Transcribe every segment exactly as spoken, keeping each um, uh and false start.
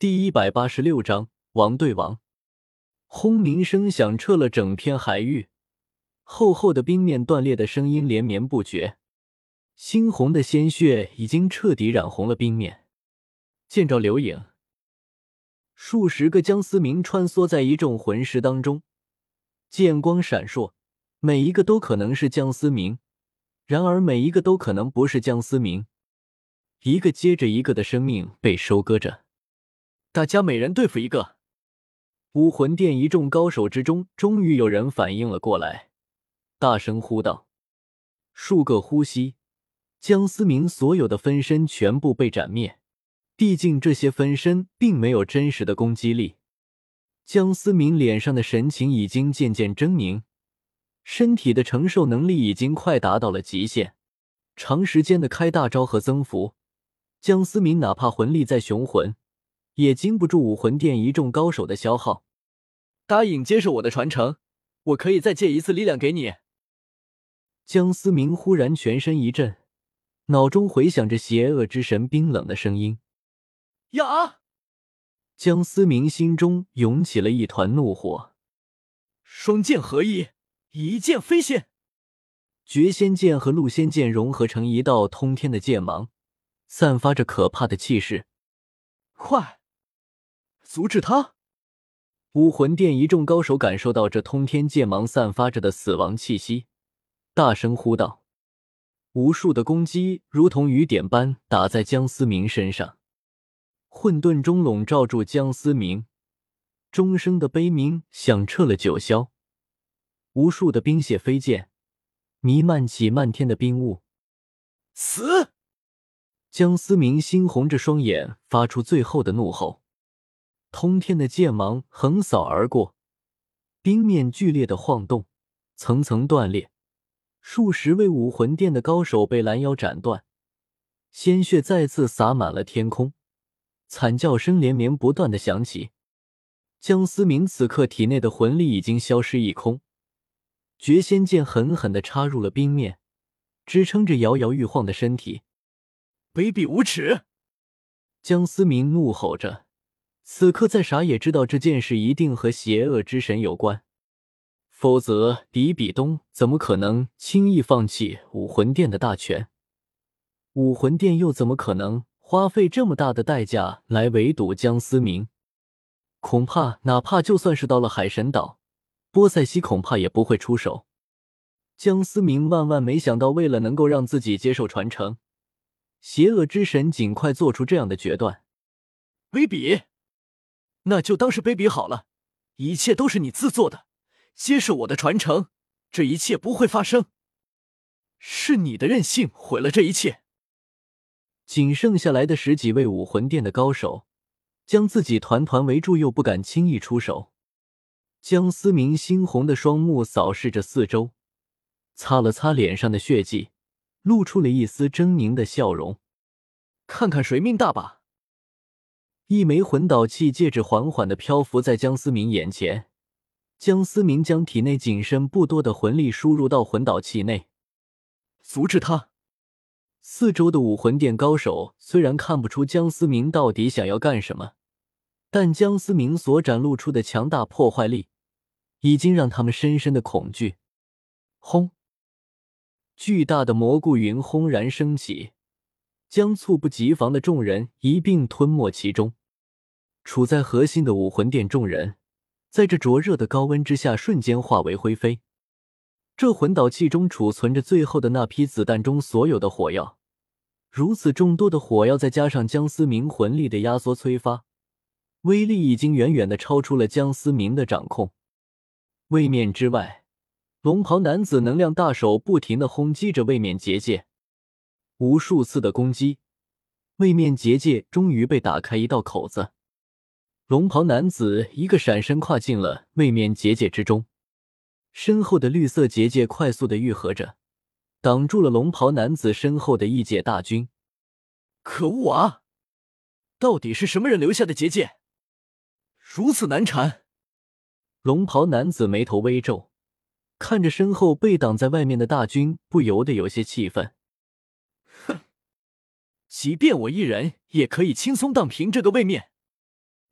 第一百八十六章王对王。轰鸣声响彻了整片海域，厚厚的冰面断裂的声音连绵不绝，猩红的鲜血已经彻底染红了冰面。剑照流影，数十个姜思明穿梭在一众魂师当中，剑光闪烁，每一个都可能是姜思明，然而每一个都可能不是姜思明。一个接着一个的生命被收割着，大家每人对付一个。武魂殿一众高手之中，终于有人反应了过来，大声呼道。数个呼吸，姜思明所有的分身全部被斩灭。毕竟这些分身并没有真实的攻击力。姜思明脸上的神情已经渐渐狰狞，身体的承受能力已经快达到了极限。长时间的开大招和增幅，姜思明哪怕魂力再雄浑，也经不住武魂殿一众高手的消耗。答应接受我的传承，我可以再借一次力量给你。姜思明忽然全身一震，脑中回响着邪恶之神冰冷的声音。呀！姜思明心中涌起了一团怒火。双剑合一，一剑飞仙。绝仙剑和戮仙剑融合成一道通天的剑芒，散发着可怕的气势。快！阻止他！武魂殿一众高手感受到这通天剑芒散发着的死亡气息，大声呼道。无数的攻击如同雨点般打在姜思明身上，混沌中笼罩住姜思明，钟声的悲鸣响彻了九霄，无数的冰屑飞溅，弥漫起漫天的冰雾。死！姜思明猩红着双眼，发出最后的怒吼。通天的剑芒横扫而过，冰面剧烈的晃动，层层断裂，数十位武魂殿的高手被拦腰斩断，鲜血再次洒满了天空，惨叫声连绵不断的响起。姜思明此刻体内的魂力已经消失一空，绝仙剑狠狠地插入了冰面，支撑着摇摇欲晃的身体。卑鄙无耻！姜思明怒吼着，此刻再傻也知道这件事一定和邪恶之神有关，否则比比东怎么可能轻易放弃武魂殿的大权？武魂殿又怎么可能花费这么大的代价来围堵姜思明？恐怕哪怕就算是到了海神岛，波塞西恐怕也不会出手。姜思明万万没想到，为了能够让自己接受传承，邪恶之神尽快做出这样的决断。卑鄙！那就当是卑鄙好了，一切都是你自作的，接受我的传承，这一切不会发生。是你的任性毁了这一切。仅剩下来的十几位武魂殿的高手将自己团团围住，又不敢轻易出手。姜思明猩红的双目扫视着四周，擦了擦脸上的血迹，露出了一丝狰狞的笑容。看看谁命大吧。一枚魂导器戒指缓缓地漂浮在姜思明眼前，姜思明将体内仅剩不多的魂力输入到魂导器内。阻止他！四周的武魂殿高手虽然看不出姜思明到底想要干什么，但姜思明所展露出的强大破坏力已经让他们深深的恐惧。轰！巨大的蘑菇云轰然升起，将猝不及防的众人一并吞没其中。处在核心的武魂殿众人在这灼热的高温之下瞬间化为灰飞。这魂导器中储存着最后的那批子弹中所有的火药，如此众多的火药再加上姜思明魂力的压缩催发，威力已经远远地超出了姜思明的掌控。位面之外，龙袍男子能量大手不停地轰击着位面结界，无数次的攻击，位面结界终于被打开一道口子。龙袍男子一个闪身跨进了位面结界之中，身后的绿色结界快速地愈合着，挡住了龙袍男子身后的异界大军。可恶啊！到底是什么人留下的结界？如此难缠！龙袍男子眉头微皱，看着身后被挡在外面的大军，不由得有些气愤。哼，即便我一人也可以轻松荡平这个位面。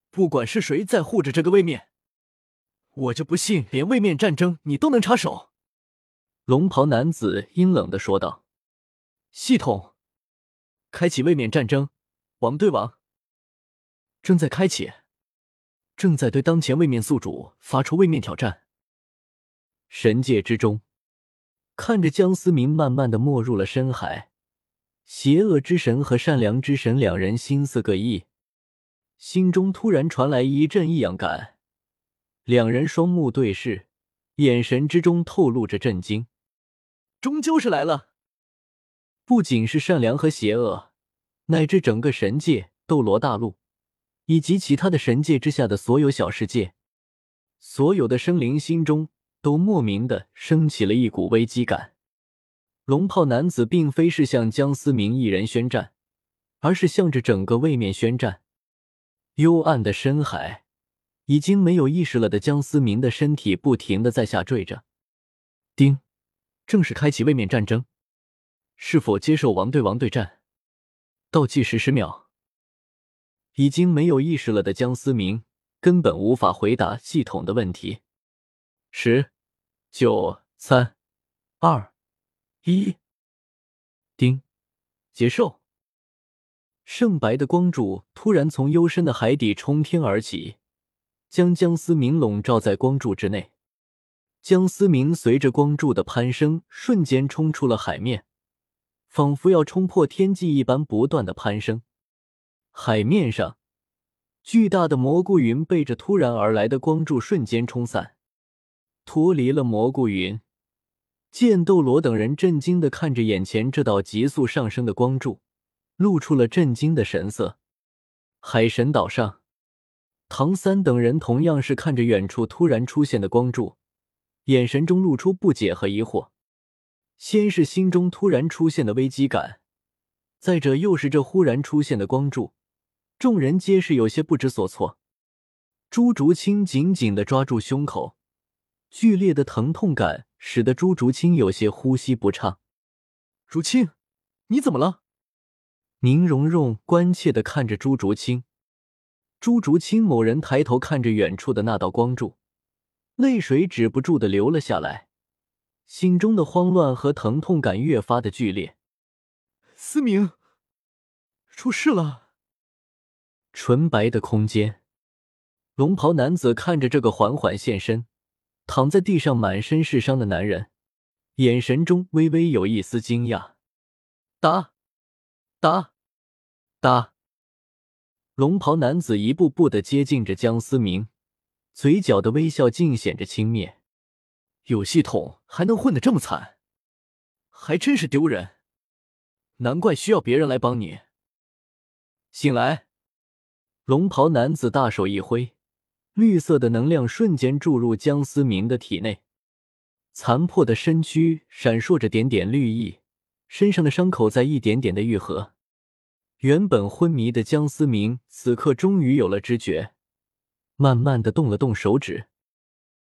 不管是谁在护着这个位面，我就不信连位面战争你都能插手。 龙袍男子阴冷地说道。 系统，开启位面战争，王对王。正在开启，正在对当前位面宿主发出位面挑战。 神界之中，看着江思明慢慢地没入了深海，邪恶之神和善良之神两人心思各异，心中突然传来一阵异样感。两人双目对视，眼神之中透露着震惊。 终究是来了。 不仅是善良和邪恶，乃至整个神界、斗罗大陆以及其他的神界之下的所有小世界，所有的生灵心中都莫名的升起了一股危机感。龙袍男子并非是向江思明一人宣战，而是向着整个位面宣战。幽暗的深海，已经没有意识了的江思明的身体不停的在下坠着。 丁，正式开启位面战争，是否接受王对王对战？倒计时十秒。 已经没有意识了的江思明根本无法回答系统的问题。十、九、三、二、一， 丁，接受。 圣白的光柱突然从幽深的海底冲天而起，将江思明笼罩在光柱之内。江思明随着光柱的攀升，瞬间冲出了海面，仿佛要冲破天际一般不断的攀升。海面上，巨大的蘑菇云被这突然而来的光柱瞬间冲散。脱离了蘑菇云，剑斗罗等人震惊地看着眼前这道急速上升的光柱，露出了震惊的神色。海神岛上，唐三等人同样是看着远处突然出现的光柱，眼神中露出不解和疑惑。先是心中突然出现的危机感，再者又是这忽然出现的光柱，众人皆是有些不知所措。朱竹清紧紧地抓住胸口，剧烈的疼痛感使得朱竹清有些呼吸不畅。 竹清，你怎么了？ 宁荣荣关切地看着朱竹清。朱竹清某人抬头看着远处的那道光柱，泪水止不住地流了下来，心中的慌乱和疼痛感越发的剧烈。 思明，出事了。 纯白的空间，龙袍男子看着这个缓缓现身躺在地上满身是伤的男人，眼神中微微有一丝惊讶。打打打！龙袍男子一步步地接近着江思明，嘴角的微笑尽显着轻蔑。 有系统还能混得这么惨，还真是丢人，难怪需要别人来帮你。醒来！ 龙袍男子大手一挥，绿色的能量瞬间注入江思明的体内，残破的身躯闪烁着点点绿意，身上的伤口在一点点的愈合。原本昏迷的江思明此刻终于有了知觉，慢慢的动了动手指。